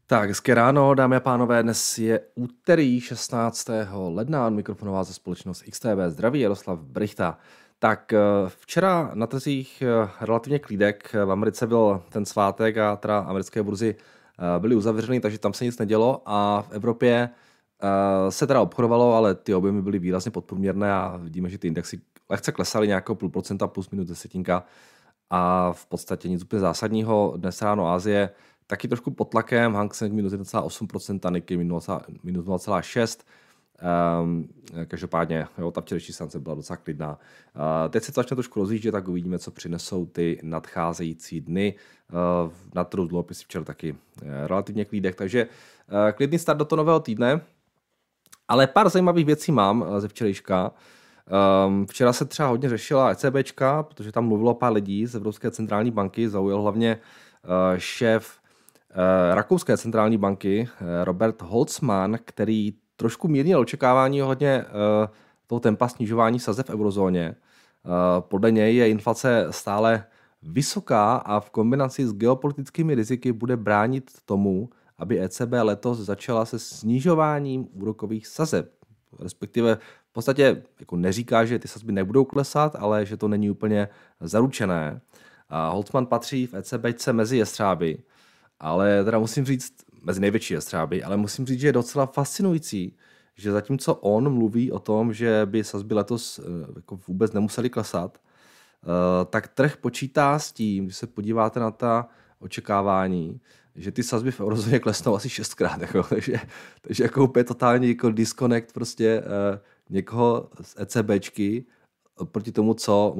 Tak, hezké ráno, dámy a pánové, dnes je úterý 16. ledna, od mikrofonu vás za společnost XTB zdraví Jaroslav Brychta. Tak včera na trzích relativně klídek, v Americe byl ten svátek a teda americké burzy byly uzavřeny, takže tam se nic nedělo a v Evropě se teda obchodovalo, ale ty objemy byly výrazně podprůměrné a vidíme, že ty indexy lehce klesaly nějakého 0,5% plus minus desetinka a v podstatě nic úplně zásadního. Dnes ráno Asie taky trošku pod tlakem, Hang Seng minus 1,8%, Nikkei minus 0,6%. Každopádně ta včerejší seance byla docela klidná. Teď se to začne trošku rozjíždět, tak uvidíme, co přinesou ty nadcházející dny. Na trhu dluhopisy včera taky relativně klídek, takže klidný start do toho nového týdne. Ale pár zajímavých věcí mám ze včerejška. Včera se třeba hodně řešila ECBčka, protože tam mluvilo pár lidí z Evropské centrální banky, zaujal hlavně šéf Rakouské centrální banky Robert Holzmann, který trošku mírnil očekávání ohledně toho tempa snižování sazeb v eurozóně. Podle něj je inflace stále vysoká a v kombinaci s geopolitickými riziky bude bránit tomu, aby ECB letos začala se snižováním úrokových sazeb. Respektive v podstatě jako neříká, že ty sazby nebudou klesat, ale že to není úplně zaručené. Holzmann patří v ECBčce mezi jestřáby, ale teda musím říct, mezi největší jestřáby, ale musím říct, že je docela fascinující, že zatímco on mluví o tom, že by sazby letos jako vůbec nemusely klesat, tak trh počítá s tím, když se podíváte na ta očekávání, že ty sazby v eurozóně klesnou asi 6krát. Jako, takže jako úplně totální jako disconnect prostě někoho z ECBčky proti tomu, co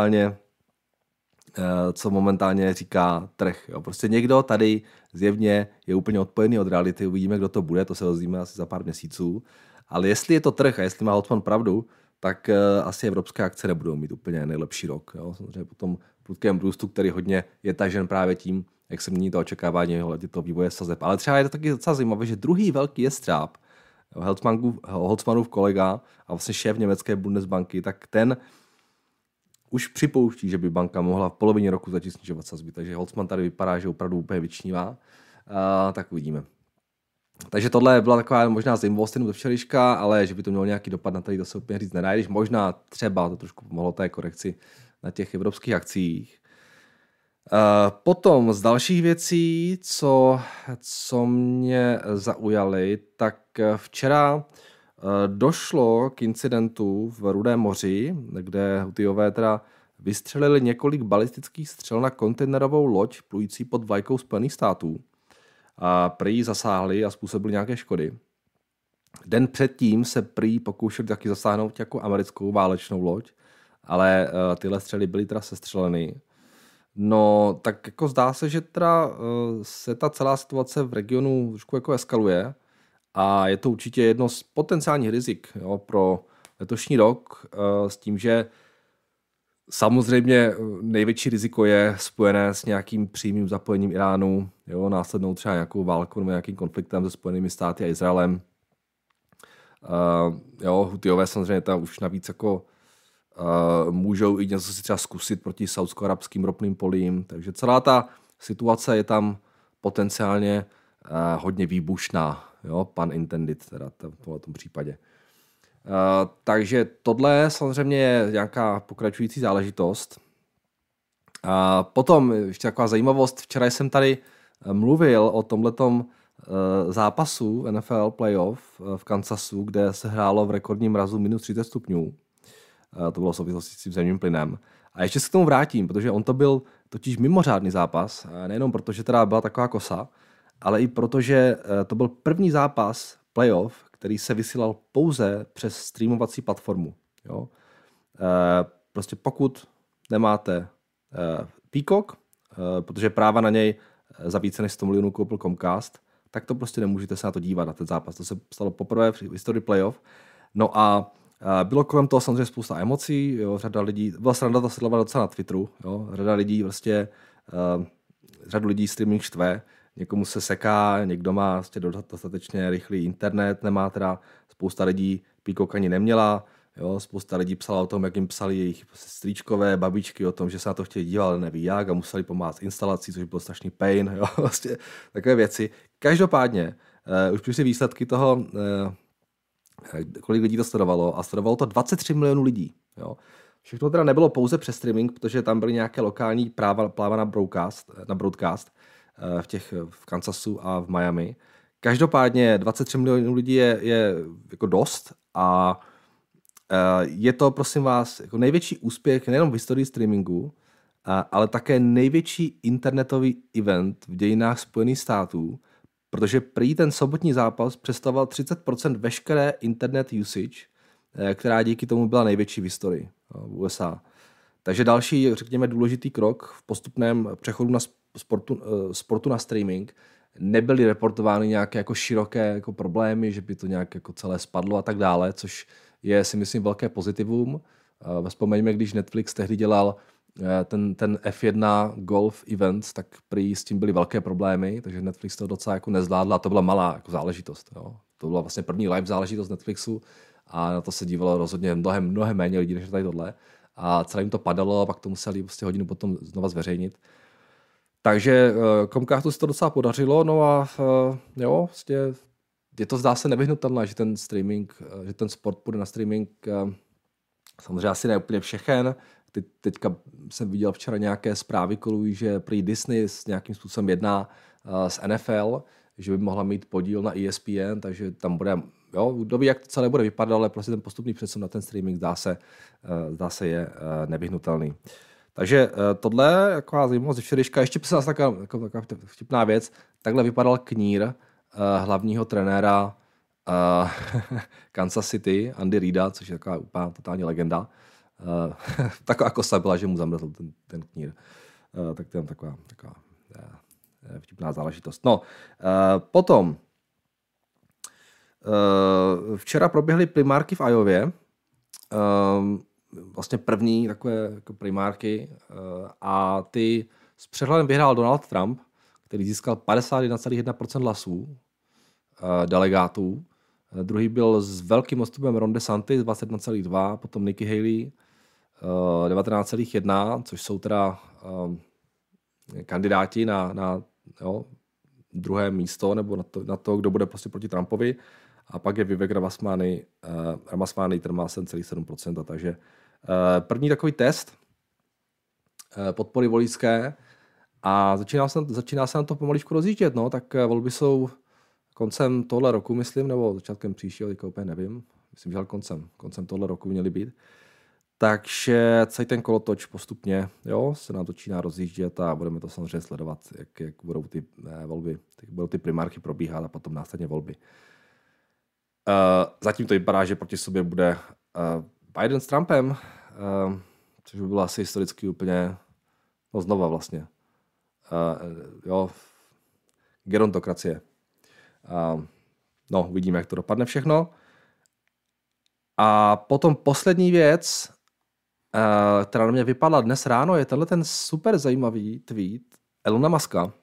momentálně říká trh. Jo. Prostě někdo tady zjevně je úplně odpojený od reality, uvidíme, kdo to bude, to se dozvíme asi za pár měsíců. Ale jestli je to trh a jestli má Holzmann pravdu, tak asi evropské akce nebudou mít úplně nejlepší rok. Jo. Samozřejmě po tom prudkém růstu, který hodně je tažen právě tím, jak se mění to očekávání ohledně toho vývoje sazeb. Ale třeba je to taky docela zajímavé, že druhý velký jestřáb, Holzmannův kolega a vlastně šéf německé Bundesbanky, tak ten už připouští, že by banka mohla v polovině roku začít snižovat sazby. Takže Holzmann tady vypadá, že opravdu úplně vyčnívá. Tak uvidíme. Takže tohle byla taková možná zajímavost do včerejška, ale že by to mělo nějaký dopad na tady, to se úplně říct nedá, když možná třeba to trošku pomohlo té korekci na těch evropských akcích. Potom z dalších věcí, co mě zaujaly, tak včera došlo k incidentu v Rudém moři, kde Houthijové teda vystřelili několik balistických střel na kontejnerovou loď plující pod vlajkou Spojených států. A prý zasáhli a způsobili nějaké škody. Den předtím se prý pokoušeli taky zasáhnout jako americkou válečnou loď, ale tyhle střely byly teda sestřeleny. No, tak jako zdá se, že teda se ta celá situace v regionu trošku jako eskaluje a je to určitě jedno z potenciálních rizik, jo, pro letošní rok s tím, že samozřejmě největší riziko je spojené s nějakým přímým zapojením Iránu, jo, následnou třeba nějakou válkou nebo nějakým konfliktem se Spojenými státy a Izraelem. Houthijové samozřejmě ta už navíc jako můžou i něco si třeba zkusit proti saudsko-arabským ropným polím, takže celá ta situace je tam potenciálně hodně výbušná, jo, pun intended teda v tom případě. Takže tohle samozřejmě je nějaká pokračující záležitost. Potom ještě taková zajímavost, včera jsem tady mluvil o tomhletom zápasu NFL playoff v Kansasu, kde se hrálo v rekordním mrazu minus 30 stupňů. To bylo v souvislosti s tím zemním plynem. A ještě se k tomu vrátím, protože on to byl totiž mimořádný zápas, nejenom proto, že teda byla taková kosa, ale i proto, že to byl první zápas playoff, který se vysílal pouze přes streamovací platformu. Jo? Prostě pokud nemáte Peacock, protože práva na něj za více než 100 milionů koupil Comcast, tak to prostě nemůžete se na to dívat, na ten zápas. To se stalo poprvé v historii playoff. No a bylo kolem toho samozřejmě spousta emocí, jo, řada lidí, byla sranda to sledovat docela na Twitteru, jo, řadu lidí streaming štve, někomu se seká, někdo má dostatečně rychlý internet, nemá teda, spousta lidí Peacock ani neměla, Jo, spousta lidí psala o tom, jak jim psali jejich strýčkové, babičky o tom, že se na to chtějí dívat, ale neví jak a museli pomáhat s instalací, což byl strašný pain, jo, vlastně takové věci. Každopádně, už přišly výsledky toho, kolik lidí to sledovalo a sledovalo to 23 milionů lidí, jo. Všechno teda nebylo pouze přes streaming, protože tam byly nějaké lokální práva na broadcast v Kansasu a v Miami. Každopádně 23 milionů lidí je jako dost a je to, prosím vás, jako největší úspěch nejenom v historii streamingu, ale také největší internetový event v dějinách Spojených států, protože prý ten sobotní zápas představoval 30% veškeré internet usage, která díky tomu byla největší v historii v USA. Takže další, řekněme, důležitý krok v postupném přechodu na sportu na streaming. Nebyly reportovány nějaké jako široké jako problémy, že by to nějak jako celé spadlo a tak dále, což je, si myslím, velké pozitivum. Vzpomeňme, když Netflix tehdy dělal ten F1 golf event, tak prý s tím byly velké problémy, takže Netflix to docela jako nezvládla a to byla malá jako záležitost. Jo. To byla vlastně první live záležitost Netflixu a na to se dívalo rozhodně mnohem méně lidí než tady tohle. A celé jim to padalo a pak to museli prostě hodinu potom znova zveřejnit. Takže Comcastu se to docela podařilo, no a jo, vlastně je to zdá se nevyhnutelné, že ten streaming, že ten sport půjde na streaming, samozřejmě asi ne úplně všechen. Teďka jsem viděl včera nějaké zprávy kolují, že prý Disney s nějakým způsobem jedná s NFL, že by mohla mít podíl na ESPN, takže tam bude, jo, kdo ví, jak to celé bude vypadat, ale prostě ten postupný přesun na ten streaming zdá se je nevyhnutelný. Takže tohle je taková zajímavost ze včerejška. Ještě se nás taková vtipná věc. Takhle vypadal Knír hlavního trenéra Kansas City, Andy Reida, což je taková úplná totální legenda. Taková kosa byla, že mu zamrzl ten Knír. Tak to je taková vtipná záležitost. No, potom včera proběhly primárky v Iově. Vlastně první takové jako primárky a ty s přehledem vyhrál Donald Trump, který získal 51,1% hlasů delegátů. Druhý byl s velkým odstupem Ron DeSantis 21,2%, potom Nikki Haley 19,1%, což jsou teda kandidáti na druhé místo nebo na to, kdo bude prostě proti Trumpovi. A pak je Vivek Ramaswamy, který má 7,7%. Takže první takový test podpory voličské a začíná se na to pomaličku rozjíždět. No, tak volby jsou koncem tohle roku, myslím, nebo začátkem příštího, teďka úplně nevím. Myslím, že koncem tohle roku měly být. Takže celý ten kolotoč postupně se nám začíná rozjíždět a budeme to samozřejmě sledovat, jak budou ty volby, budou ty primárky probíhat a potom následně volby. Zatím to vypadá, že proti sobě bude Biden s Trumpem, což by bylo asi historicky úplně znova vlastně. Gerontokracie. Uvidíme, jak to dopadne všechno. A potom poslední věc, která na mě vypadla dnes ráno, je tenhle ten super zajímavý tweet Elona Muska.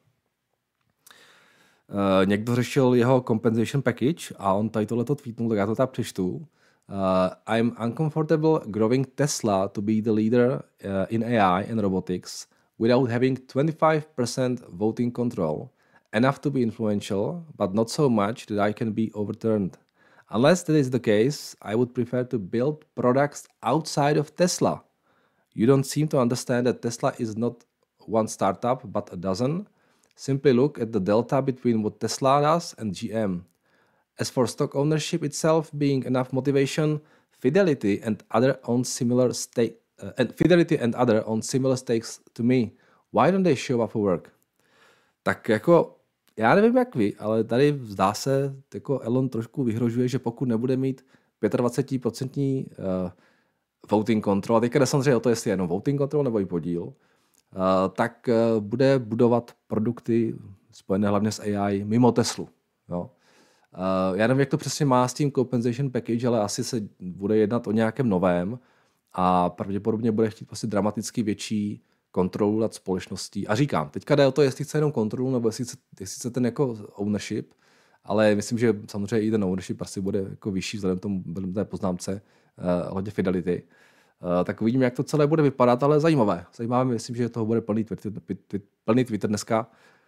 Někdo řešil jeho compensation package a on tady tohleto tweetnul, tak já to tady přečtu. I'm uncomfortable growing Tesla to be the leader in AI and robotics without having 25% voting control, enough to be influential, but not so much that I can be overturned. Unless that is the case, I would prefer to build products outside of Tesla. You don't seem to understand that Tesla is not one startup, but a dozen. Simply look at the delta between what Tesla does and GM. As for stock ownership itself being enough motivation, Fidelity and other own similar stakes to me. Why don't they show up for work? Tak jako, já nevím jak vy, ale tady zdá se, jako Elon trošku vyhrožuje, že pokud nebude mít 25% voting control, a teďka jde samozřejmě o to, jestli je jenom voting control nebo i podíl, tak bude budovat produkty spojené hlavně s AI mimo Teslu. Jo. Já nevím, jak to přesně má s tím compensation package, ale asi se bude jednat o nějakém novém a pravděpodobně bude chtít prostě dramaticky větší kontrolu nad společností. A říkám, teďka jde o to, jestli chce jenom kontrolu nebo jestli chce ten jako ownership, ale myslím, že samozřejmě i ten ownership asi bude jako vyšší vzhledem k tomu té poznámce hodně Fidelity. Tak uvidíme, jak to celé bude vypadat, ale zajímavé. Zajímavé, myslím, že toho bude plný Twitter dneska.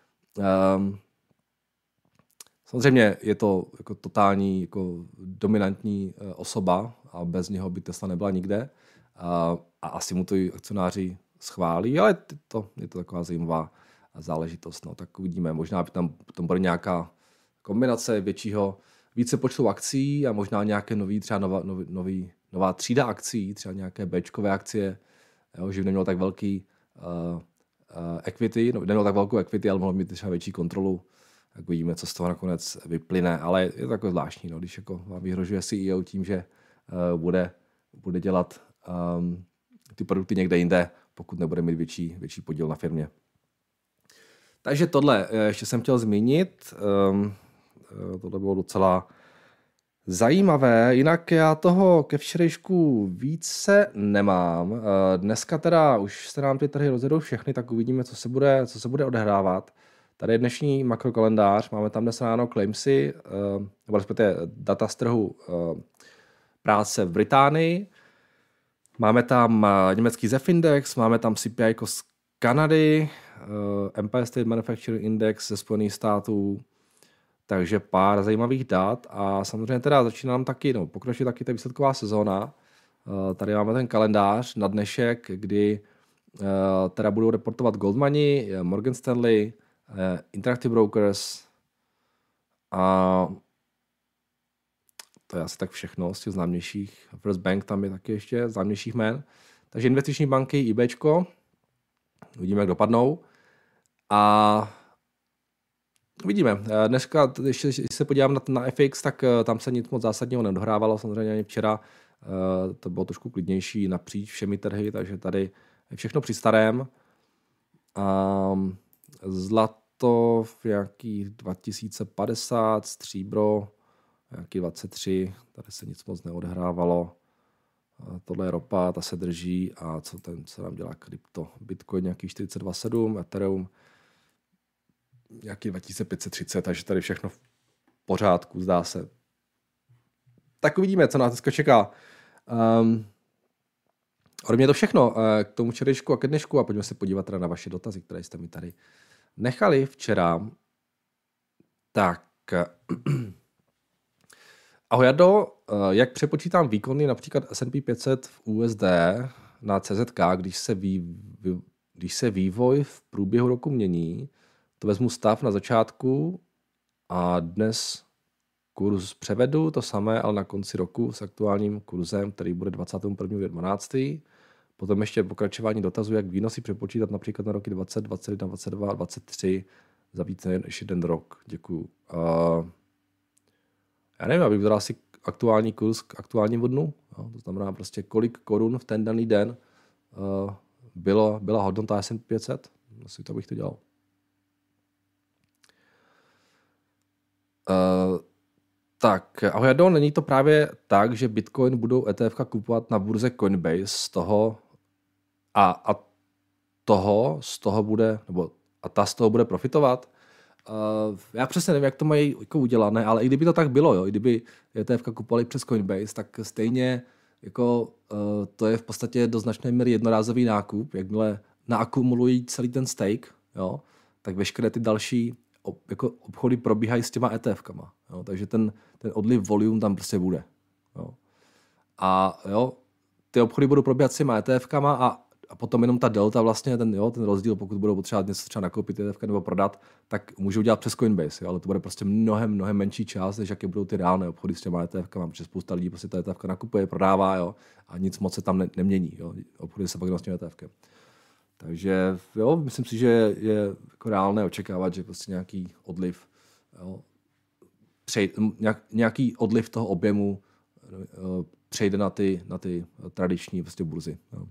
Samozřejmě je to jako totální jako dominantní osoba a bez něho by Tesla nebyla nikde. A asi mu to i akcionáři schválí, ale je to taková zajímavá záležitost. No, tak uvidíme. Možná by tam bude nějaká kombinace více počtu akcí a možná nějaké nová třída akcí, třeba nějaké Bčkové akcie, jo, že by nemělo tak velký equity, nemělo tak velkou equity, ale mohlo mít třeba větší kontrolu. Tak uvidíme, co z toho nakonec vyplyne, ale je to jako zvláštní, no, když jako vám vyhrožuje CEO tím, že bude dělat ty produkty někde jinde, pokud nebude mít větší podíl na firmě. Takže tohle ještě jsem chtěl zmínit. Tohle bylo docela zajímavé. Jinak já toho ke včerejšku více nemám. Dneska teda už se nám ty trhy rozjedou všechny, tak uvidíme, co se bude odehrávat. Tady je dnešní makrokalendář, máme tam dnes ráno claimsy, nebo respektive data z trhu práce v Británii. Máme tam německý ZEF Index, máme tam CPI z Kanady, Empire State Manufacturing Index ze Spojených států, takže pár zajímavých dat a samozřejmě teda začíná nám pokračuje taky ta výsledková sezóna. Tady máme ten kalendář na dnešek, kdy teda budou reportovat Goldmani, Morgan Stanley, Interactive Brokers a to je asi tak všechno z těch známějších. First Bank tam je taky ještě známějších jmén. Takže investiční banky, IBčko, uvidíme, jak dopadnou. A uvidíme. Dneska, když se podívám na FX, tak tam se nic moc zásadního nedohrávalo. Samozřejmě ani včera to bylo trošku klidnější napříč všemi trhy, takže tady je všechno při starém. Zlato v nějakých 2050, stříbro nějaký 23, tady se nic moc neodehrávalo. Tohle je ropa, ta se drží a co nám dělá krypto? Bitcoin nějaký 42,7, Ethereum nějaký 2530, takže tady všechno v pořádku, zdá se. Tak uvidíme, co nás dneska čeká. Ode mě to všechno k tomu včerejšku a ke dnešku a pojďme se podívat teda na vaše dotazy, které jste mi tady nechali včera. Tak... Ahoj Jardo, jak přepočítám výkony například S&P 500 v USD na CZK, když se vývoj v průběhu roku mění, to vezmu stav na začátku a dnes kurz převedu, to samé, ale na konci roku s aktuálním kurzem, který bude 21.12. Potom ještě pokračování dotazu, jak výnosy přepočítat například na roky 20, 21, 22, 23 za více než jeden rok. Děkuju. Já nevím, abych dal asi aktuální kurz k aktuálnímu dnu. To znamená prostě, kolik korun v ten daný den byla hodnota S&P 500. Asi to bych to dělal. Tak, ahoj Jardo, není to právě tak, že Bitcoin budou ETF kupovat na burze Coinbase z toho bude profitovat? Já přesně nevím, jak to mají jako udělané, ale i kdyby to tak bylo, jo, i kdyby ETF kupovali přes Coinbase, tak stejně jako to je v podstatě do značné míry jednorázový nákup, jakmile naakumulují celý ten stake, jo, tak veškeré ty další jako obchody probíhají s těma ETF-kama, jo, takže ten odliv volume tam prostě bude. Jo. A jo, ty obchody budou probíhat s těma ETF-kama a potom jenom ta delta vlastně, ten rozdíl, pokud budou potřebovat něco třeba nakoupit ETF nebo prodat, tak můžou dělat přes Coinbase, jo, ale to bude prostě mnohem menší část, než jaké budou ty reálné obchody s těma ETF-kama, protože spousta lidí prostě ta ETF nakupuje, prodává, jo, a nic moc se tam nemění, jo, obchody se pak s tím ETF-kem. Takže jo, myslím si, že je jako reálné očekávat, že prostě nějaký odliv, jo, nějaký odliv toho objemu přejde na ty tradiční prostě burzy. Jo.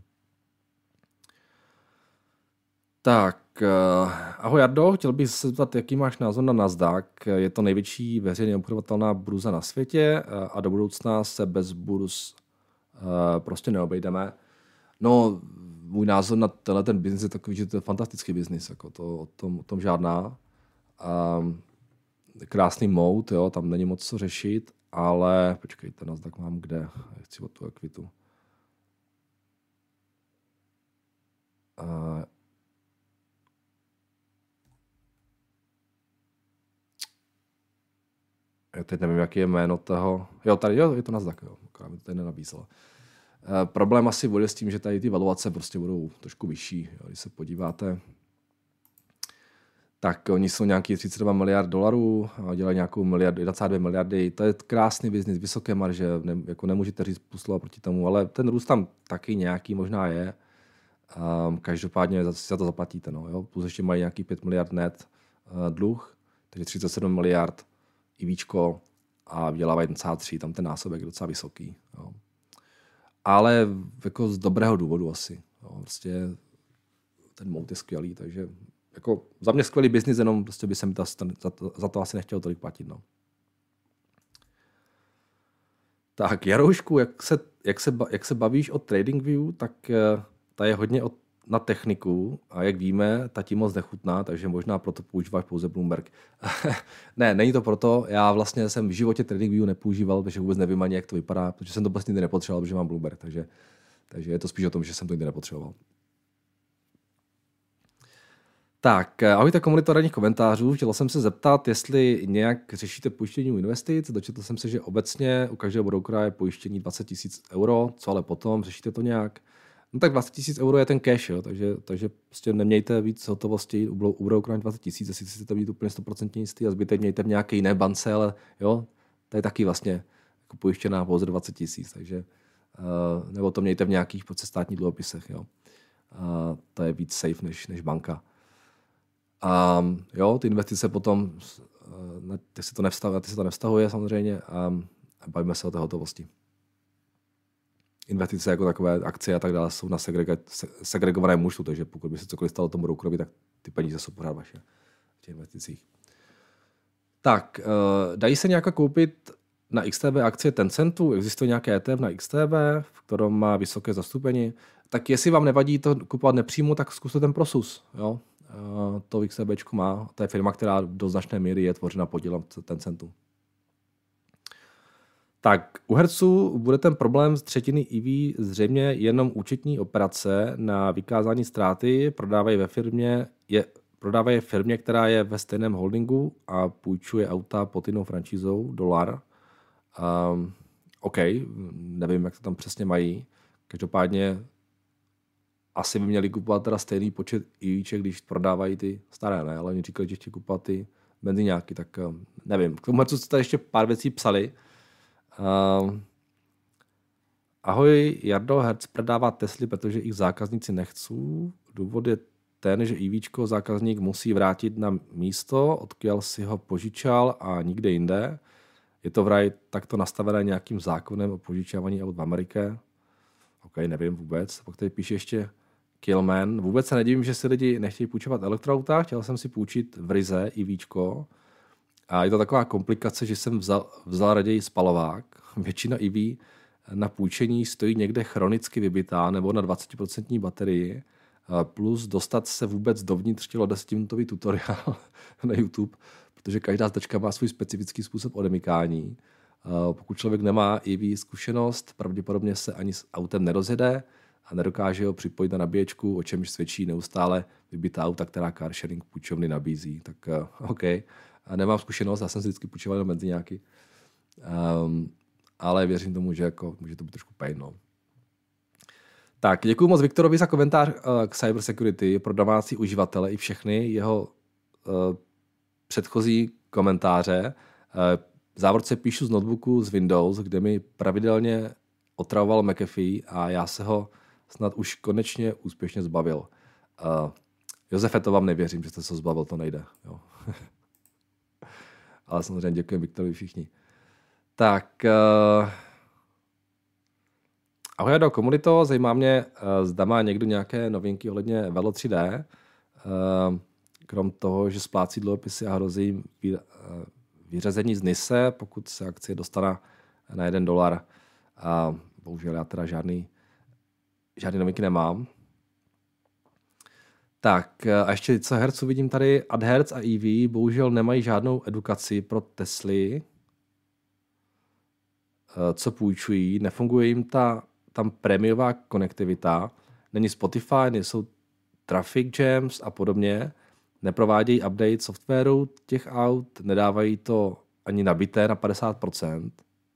Tak, ahoj Jardo, chtěl bych se zeptat, jaký máš názor na Nasdaq. Je to největší veřejně obchodovatelná burza na světě a do budoucna se bez burz prostě neobejdeme. No, můj názor na ten biznis je takový, že to je fantastický biznis, jako o tom žádná. Krásný moat, jo, tam není moc co řešit ale počkejte, Nasdaq mám kde? Chci od tu ekvitu. Já teď nevím, jaký je jméno toho. Jo, tady jo, je to Nasdaq, jo. Akorát mi to tady nenabízelo. Problém asi bude s tím, že tady ty valuace prostě budou trošku vyšší. Jo. Když se podíváte, tak oni jsou nějaký 32 miliard dolarů, dělají nějakou 1,2 miliardy. To je krásný biznis, vysoké marže, jako nemůžete říct půl proti tomu, ale ten růst tam taky nějaký možná je. Každopádně za to zaplatíte. No, jo. Plus ještě mají nějaký 5 miliard net dluh, takže 37 miliard i víčko a vydělávají 1,3, tam ten násobek je docela vysoký. Jo. Ale jako z dobrého důvodu asi. Jo. Prostě ten mout je skvělý, takže jako za mě skvělý biznis, jenom prostě by se mi za to asi nechtěl tolik platit. No. Tak Jaroušku, jak se bavíš o TradingView, tak ta je hodně na techniku a jak víme, ta ti moc nechutná, takže možná proto používáš pouze Bloomberg. Ne, není to proto, já vlastně jsem v životě TradingView nepoužíval, protože vůbec nevím ani, jak to vypadá, protože jsem to vlastně nikdy nepotřeboval, protože mám Bloomberg, takže je to spíš o tom, že jsem to nikdy nepotřeboval. Tak, ahojte komunito radních komentářů. Chtěl jsem se zeptat, jestli nějak řešíte pojištění investic. Dočetl jsem se, že obecně u každého brokera je pojištění 20 000 euro, co ale potom, řešíte to nějak? No tak 20 000 euro je ten cash, jo, takže prostě nemějte víc hotovosti u brokera 20 000, jestli chcete být úplně 100% jistý a zbytek mějte v nějaké jiné bance, ale jo, to je taky vlastně jako pojištěná pouze 20 000, takže nebo to mějte v nějakých státních dluhopisech, jo. To je víc safe než banka. Jo, ty investice potom, ty se to nevztahuje samozřejmě a bavíme se o té hotovosti. Investice jako takové akcie a tak dále jsou na segregovaném účtu, takže pokud by se cokoliv stalo tomu brokerovi, tak ty peníze jsou pořád vaše v těch investicích. Tak, dají se nějaká koupit na XTB akcie Tencentu? Existuje nějaké ETF na XTB, v kterém má vysoké zastoupení? Tak jestli vám nevadí to kupovat nepřímo, tak zkuste ten Prosus, jo. To XTBčko má. To je firma, která do značné míry je tvořena podílem Tencentu. Tak u herců bude ten problém z třetiny EV zřejmě jenom účetní operace na vykázání ztráty, prodávají firmě, která je ve stejném holdingu a půjčuje auta pod jinou franšízou, dolar. OK, nevím, jak to tam přesně mají. Každopádně asi by měli kupovat teda stejný počet EVček, když prodávají ty staré, ne? Ale oni říkali, že ještě kupovat ty benziňáky, tak nevím. K tomu jste ještě pár věcí psali. Ahoj, Jardo, Hertz prodává Tesly, protože jich zákazníci nechcou. Důvod je ten, že EVčko zákazník musí vrátit na místo, odkud si ho požičal a nikde jinde. Je to vraj takto nastavené nějakým zákonem o požičávání aut v Americe? OK, nevím vůbec. Pak tady píše ještě Killman. Vůbec se nedivím, že si lidi nechtějí půjčovat elektroauta. Chtěl jsem si půjčit v Rize EVčko. A je to taková komplikace, že jsem vzal raději spalovák. Většina EV na půjčení stojí někde chronicky vybitá nebo na 20% baterii. Plus dostat se vůbec dovnitř chtělo 10-minutový tutoriál na YouTube, protože každá značka má svůj specifický způsob odemykání. Pokud člověk nemá EV zkušenost, pravděpodobně se ani s autem nerozjede a nedokáže ho připojit na nabíječku, o čemž svědčí neustále vybitá auta, která carsharing půjčovny nabízí. Tak OK. A nemám zkušenost, já jsem si vždycky půjčoval na benziňáky. Ale věřím tomu, že jako může to být trošku pain. No. Tak, děkuji moc Viktorovi za komentář k cybersecurity pro domácí uživatele i všechny jeho předchozí komentáře. V závorce píšu z notebooku z Windows, kde mi pravidelně otravoval McAfee a já se ho snad už konečně úspěšně zbavil. Josefe, to vám nevěřím, že jste se zbavil, to nejde. Jo. Ale samozřejmě děkujeme Viktorovi všichni. Tak, ahoj do komunito, zajímá mě, zda má někdo nějaké novinky ohledně Velo 3D, krom toho, že splácí dluhopisy a hrozí vyřazení z NISE, pokud se akcie dostane na $1. Bohužel já teda žádný novinky nemám. Tak a ještě co herců vidím tady, AdHertz a EV bohužel nemají žádnou edukaci pro Tesly. co půjčují, nefunguje jim tam prémiová konektivita, není Spotify, nejsou traffic jams a podobně, neprovádějí update softwaru těch aut, nedávají to ani nabité na 50%.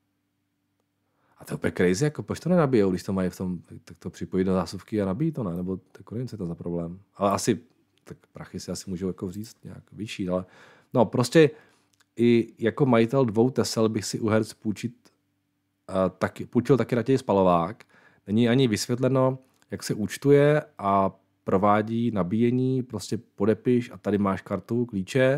A to je úplně crazy, jako proč to nenabijou, když to mají v tom, tak to připojí do zásuvky a nabíjí to, ne? Nebo jako nevím, co je to za problém. Ale asi, tak prachy si asi můžou jako říct nějak vyšší, ale no prostě i jako majitel 2 Tesel bych si u Hertz půjčil taky raději spalovák. Není ani vysvětleno, jak se účtuje a provádí nabíjení, prostě podepiš a tady máš kartu, klíče,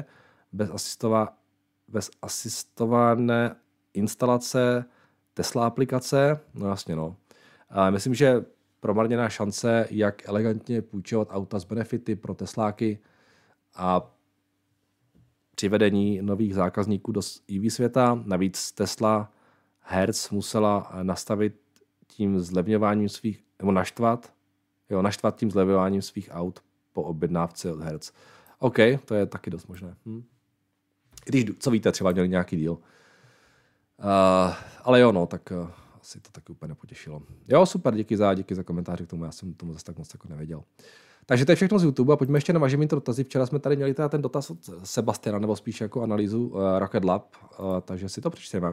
bez asistované instalace Tesla aplikace, no jasně no. A myslím, že promarněná šance, jak elegantně půjčovat auta z benefity pro Tesláky a přivedení nových zákazníků do EV světa. Navíc Tesla Hertz musela nastavit tím zlevňováním nebo naštvat tím zlevňováním svých aut po objednávce od Hertz. OK, to je taky dost možné. Když, co víte, třeba měli nějaký deal. Ale jo, no, tak asi to taky úplně nepotěšilo. Jo, super, díky za komentáře k tomu, já jsem tomu zase tak moc jako nevěděl. Takže to je všechno z YouTube a pojďme ještě na vaše dotazy. Včera jsme tady měli ten dotaz od Sebastiana, nebo spíš jako analýzu Rocket Lab, takže si to přečteme.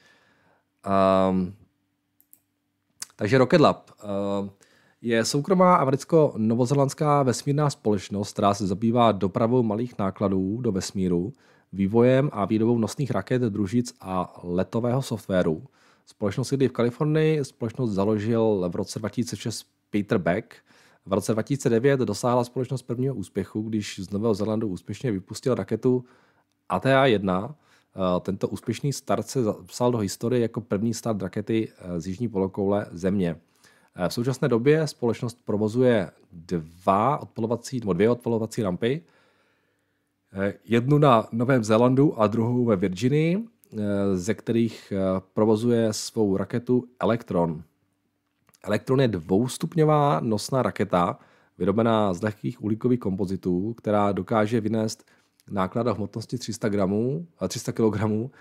Takže Rocket Lab je soukromá americko-novozelandská vesmírná společnost, která se zabývá dopravou malých nákladů do vesmíru, vývojem a výrobou nosných raket, družic a letového softwaru. Společnost sídlí v Kalifornii, společnost založil v roce 2006 Peter Beck. V roce 2009 dosáhla společnost prvního úspěchu, když z Nového Zélandu úspěšně vypustil raketu ATA-1. Tento úspěšný start se zapsal do historie jako první start rakety z jižní polokoule Země. V současné době společnost provozuje dvě odpalovací rampy, jednu na Novém Zélandu a druhou ve Virginii, ze kterých provozuje svou raketu Electron. Electron je dvoustupňová nosná raketa, vyrobená z lehkých uhlíkových kompozitů, která dokáže vynést náklad hmotnosti 300 kg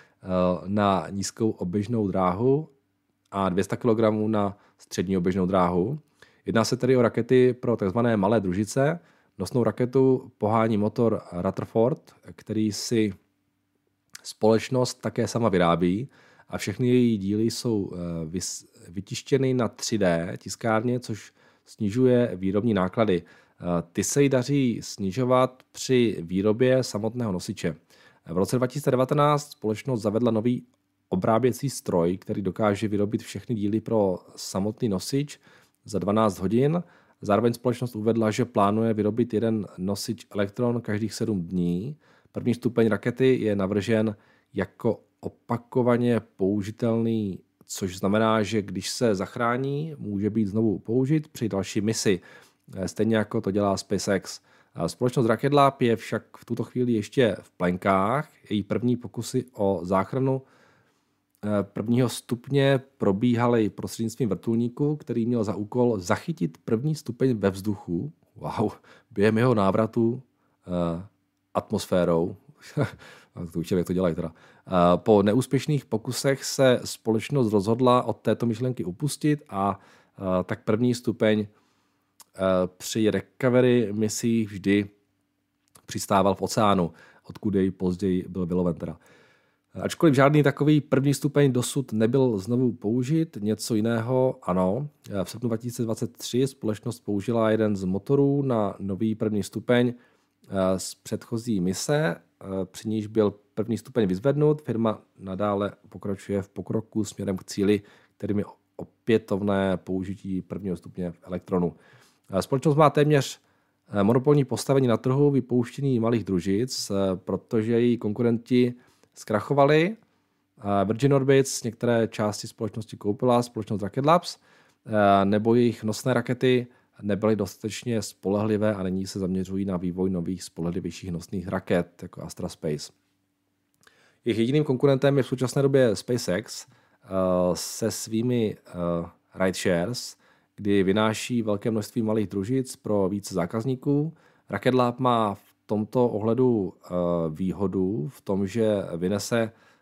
na nízkou oběžnou dráhu a 200 kg na střední oběžnou dráhu. Jedná se tedy o rakety pro tzv. Malé družice. Nosnou raketu pohání motor Rutherford, který si společnost také sama vyrábí a všechny její díly jsou vytištěny na 3D tiskárně, což snižuje výrobní náklady. Ty se jí daří snižovat při výrobě samotného nosiče. V roce 2019 společnost zavedla nový obráběcí stroj, který dokáže vyrobit všechny díly pro samotný nosič za 12 hodin. Zároveň společnost uvedla, že plánuje vyrobit jeden nosič Electron každých 7 dní. První stupeň rakety je navržen jako opakovaně použitelný, což znamená, že když se zachrání, může být znovu použit při další misi. Stejně jako to dělá SpaceX. Společnost Rocket Lab je však v tuto chvíli ještě v plenkách. Její první pokusy o záchranu prvního stupně probíhaly prostřednictvím vrtulníku, který měl za úkol zachytit první stupeň ve vzduchu. Během jeho návratu atmosférou. To učili, jak to dělají teda. Po neúspěšných pokusech se společnost rozhodla od této myšlenky upustit a tak první stupeň při recovery misích vždy přistával v oceánu, odkud jej později byl vyloven teda. Ačkoliv žádný takový první stupeň dosud nebyl znovu použit, něco jiného ano. V srpnu 2023 společnost použila jeden z motorů na nový první stupeň z předchozí mise, při níž byl první stupeň vyzvednut. Firma nadále pokračuje v pokroku směrem k cíli, kterým je opětovné použití prvního stupně v Electronu. Společnost má téměř monopolní postavení na trhu vypouštění malých družic, protože její konkurenti zkrachovali. Virgin Orbit některé části společnosti koupila společnost Rocket Labs, nebo jejich nosné rakety nebyly dostatečně spolehlivé a nyní se zaměřují na vývoj nových spolehlivějších nosných raket, jako Astra Space. Jejich jediným konkurentem je v současné době SpaceX se svými rideshares, kdy vynáší velké množství malých družic pro více zákazníků. Rocket Lab má v tomto ohledu výhodu v tom, že vynese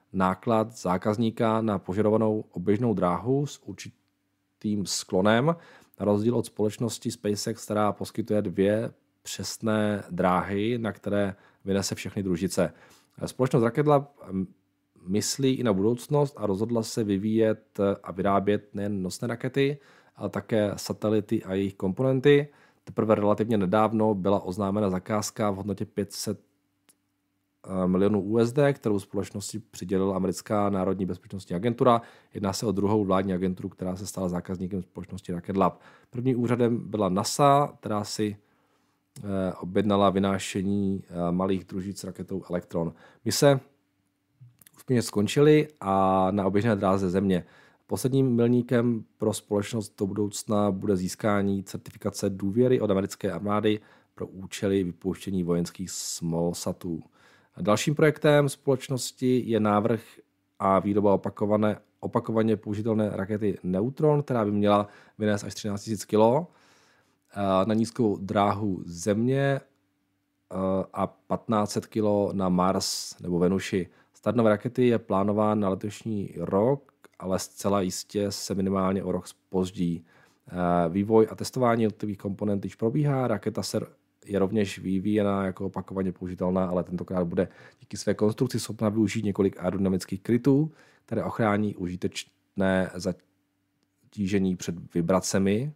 náklad zákazníka na požadovanou oběžnou dráhu s určitým sklonem, na rozdíl od společnosti SpaceX, která poskytuje 2 přesné dráhy, na které vynese všechny družice. Společnost Rocket Lab myslí i na budoucnost a rozhodla se vyvíjet a vyrábět nejen nosné rakety, ale také satelity a jejich komponenty. Teprve relativně nedávno byla oznámena zakázka v hodnotě 500 milionů USD, kterou společnosti přidělila americká národní bezpečnostní agentura. Jedná se o druhou vládní agenturu, která se stala zákazníkem společnosti Rocket Lab. Prvním úřadem byla NASA, která si objednala vynášení malých družic raketou Electron. Mise úspěšně skončily a na oběžné dráze Země. Posledním milníkem pro společnost do budoucna bude získání certifikace důvěry od americké armády pro účely vypouštění vojenských smallsatů. Dalším projektem společnosti je návrh a výroba opakovaně použitelné rakety Neutron, která by měla vynést až 13 000 kg na nízkou dráhu Země a 1500 kg na Mars nebo Venuši. Start nové rakety je plánován na letošní rok, ale zcela jistě se minimálně o rok zpozdí. Vývoj a testování jednotlivých komponent již probíhá, raketa je rovněž vyvíjená jako opakovaně použitelná, ale tentokrát bude díky své konstrukci schopná využít několik aerodynamických krytů, které ochrání užitečné zatížení před vibracemi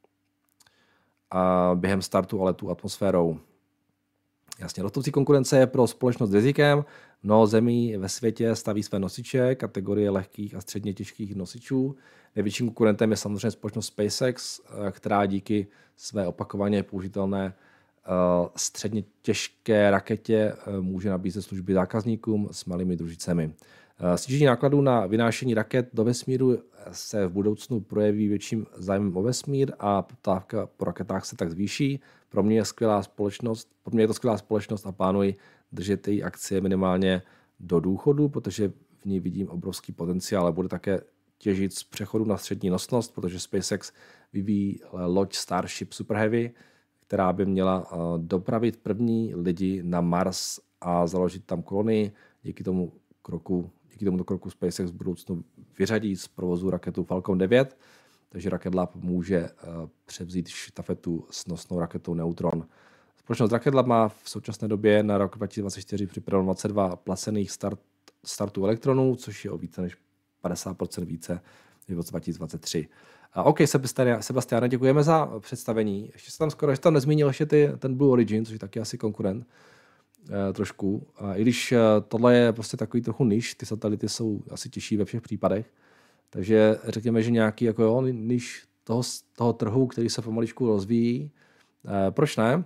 a během startu a letu atmosférou. Jasně, rostoucí konkurence je pro společnost rizikem. Mnoho zemí ve světě staví své nosiče, kategorie lehkých a středně těžkých nosičů. Největším konkurentem je samozřejmě společnost SpaceX, která díky své opakovaně použitelné středně těžké raketě může nabízet služby zákazníkům s malými družicemi. Snížení nákladů na vynášení raket do vesmíru se v budoucnu projeví větším zájmem o vesmír a poptávka po raketách se tak zvýší. Pro mě je to skvělá společnost a plánuji držet její akcie minimálně do důchodu, protože v ní vidím obrovský potenciál, ale bude také těžit z přechodu na střední nosnost, protože SpaceX vyvíjí loď Starship Super Heavy, která by měla dopravit první lidi na Mars a založit tam kolonii. Díky tomuto kroku SpaceX v budoucnu vyřadí z provozu raketu Falcon 9, takže Rocket Lab může převzít štafetu s nosnou raketou Neutron. Společnost Rocket Lab má v současné době na rok 2024 připraveno 22 placených startů elektronů, což je o více než 50% více v roce 2023. OK, Sebastiane, děkujeme za představení. Ještě se tam skoro nezmínil ještě ten Blue Origin, což je taky asi konkurent trošku. I když tohle je prostě takový trochu niž, ty satelity jsou asi těžší ve všech případech. Takže řekněme, že nějaký niž toho trhu, který se pomaličku rozvíjí. Proč ne?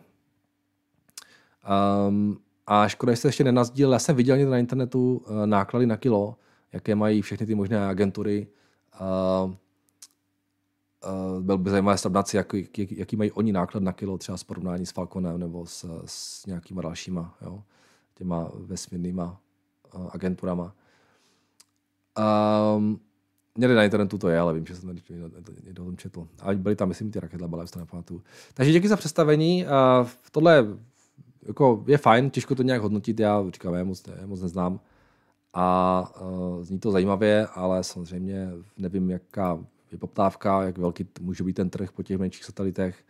A škoda, že se ještě nenazdíl. Já jsem viděl někde na internetu náklady na kilo, jaké mají všechny ty možné agentury. Byl by zajímavé srovnat si, jaký mají oni náklad na kilo, třeba s porovnání s Falconem nebo s nějakýma dalšíma, těma vesmírnýma agenturama. Někde na internetu to je, ale vím, že jsem někdo o tom četl. A byly tam, myslím, ty Rocket Lab, ale to nepamatuju. Takže díky za představení. Tohle je fajn, těžko to nějak hodnotit, já říkám, já moc neznám. A zní to zajímavě, ale samozřejmě nevím, jaká je poptávka, jak velký může být ten trh po těch menších satelitech.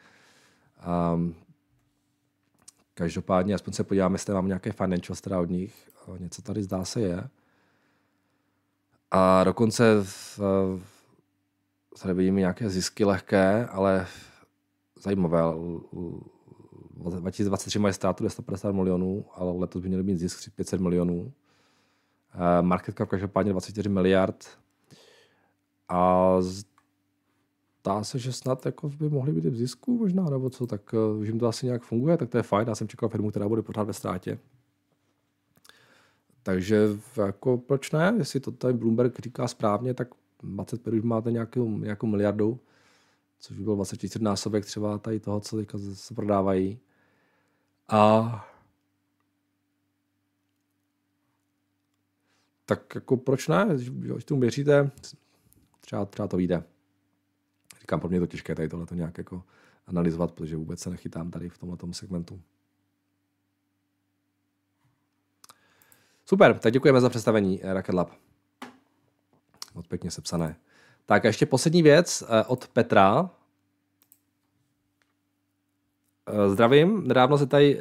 Každopádně, aspoň se podíváme, jestli mám nějaké financials teda od nich. Něco tady zdá se je. A dokonce tady vidíme nějaké zisky lehké, ale zajímavé. 2023 mají ztrátu 250 milionů, ale letos by měly být zisk 500 milionů. Market cap každopádně 24 miliard. A zdá se, že snad by mohly být v zisku možná, nebo co, tak už jim to asi nějak funguje, tak to je fajn. Já jsem čekal firmu, která bude pořád ve ztrátě. Takže proč ne? Jestli to tady Bloomberg říká správně, tak 25 už máte nějakou miliardu, což by byl 24násobek třeba tady toho, co teďka se prodávají. A tak proč ne? Když tomu věříte, třeba to vyjde. Říkám, pro mě je to těžké tady tohle nějak analyzovat, protože vůbec se nechytám tady v tomhletom segmentu. Super, tak děkujeme za představení Rocket Lab. Moc pěkně sepsané. Tak a ještě poslední věc od Petra. Zdravím, nedávno se tady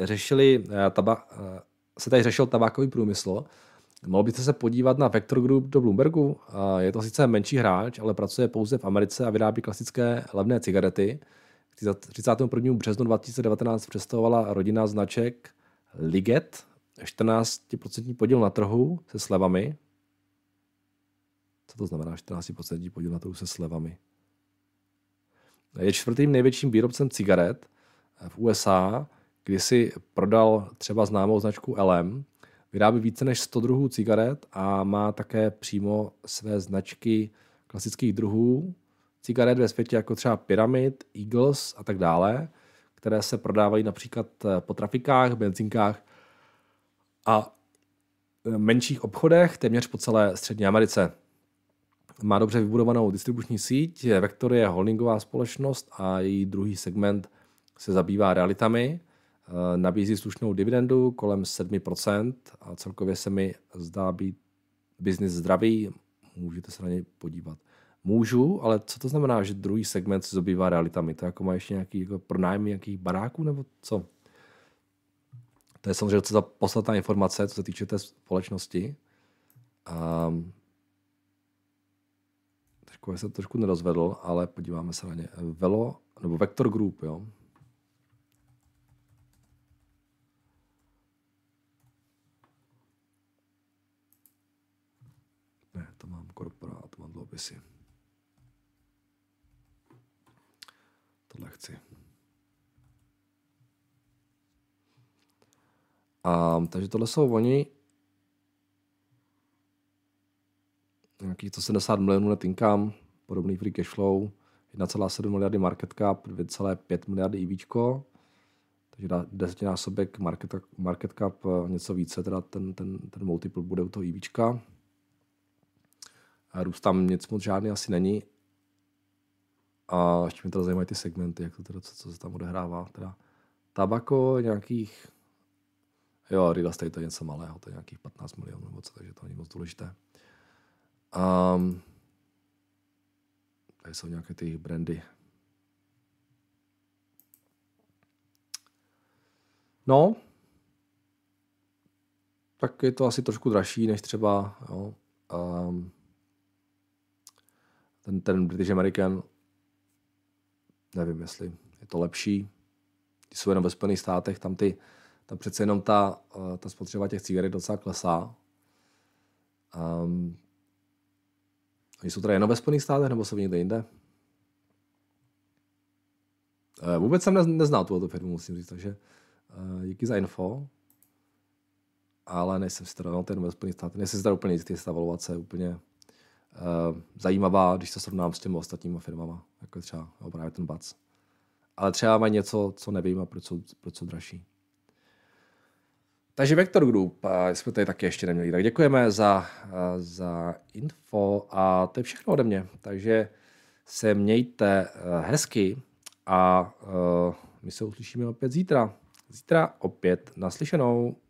řešil tabákový průmysl. Mohl byste se podívat na Vector Group do Bloombergu? Je to sice menší hráč, ale pracuje pouze v Americe a vyrábí klasické levné cigarety. 31. březnu 2019 představovala rodina značek Liget 14% podíl na trhu se slevami. Co to znamená 14% podíl na trhu se slevami? Je čtvrtým největším výrobcem cigaret v USA, kdy si prodal třeba známou značku LM, vyrábí více než 100 druhů cigaret a má také přímo své značky klasických druhů cigaret ve světě, jako třeba Pyramid, Eagles a tak dále, které se prodávají například po trafikách, benzinkách a menších obchodech téměř po celé Střední Americe. Má dobře vybudovanou distribuční síť, Vector je holdingová společnost a její druhý segment se zabývá realitami, nabízí slušnou dividendu kolem 7% a celkově se mi zdá být biznis zdravý, můžete se na něj podívat. Můžu, ale co to znamená, že druhý segment se zabývá realitami? To jako má ještě nějaký jako pronájem nějakých baráků nebo co? To je samozřejmě docela podstatná informace, co se týče té společnosti. Já jsem trošku nerozvedl, ale podíváme se na ně. Vector Group, jo. Ne, to mám korporát, to mám dluhopisy. Tohle chci. Takže tohle jsou oni. Nějakých 170 milionů net income, podobný free cash flow, 1,7 miliardy market cap, 2,5 miliardy EVčko, takže 10násobek market cap, něco více, teda ten multiple bude u toho EVčka. A růst tam nic moc žádný asi není. A ještě mě teda zajímají ty segmenty, jak to teda, co se tam odehrává. Teda tabako nějakých, jo, real estate to je něco malého, to je nějakých 15 milionů nebo co, takže to není moc důležité. Tady jsou nějaké ty brandy. No, tak je to asi trošku dražší, než třeba jo, ten British American. Nevím, jestli je to lepší. Ty jsou jenom ve Spojených státech, tam přece jenom ta spotřeba těch cigaret docela klesá. Oni jsou teda jenom ve Spojených státech, nebo jsou někde jinde? Vůbec jsem neznal tuto firmu, musím říct, takže díky za info. Ale nejsem si teda jenom ve Spojených státech. Nejsem si teda úplně jistý, jestli ta valuace je úplně zajímavá, když se srovnám s těmi ostatními firmama, jako třeba právě ten BAC. Ale třeba mají něco, co nevím a proč jsou dražší. Takže Vector Group, jsme tady taky ještě neměli. Tak děkujeme za info a to je všechno ode mě. Takže se mějte hezky a my se uslyšíme opět zítra. Zítra opět naslyšenou.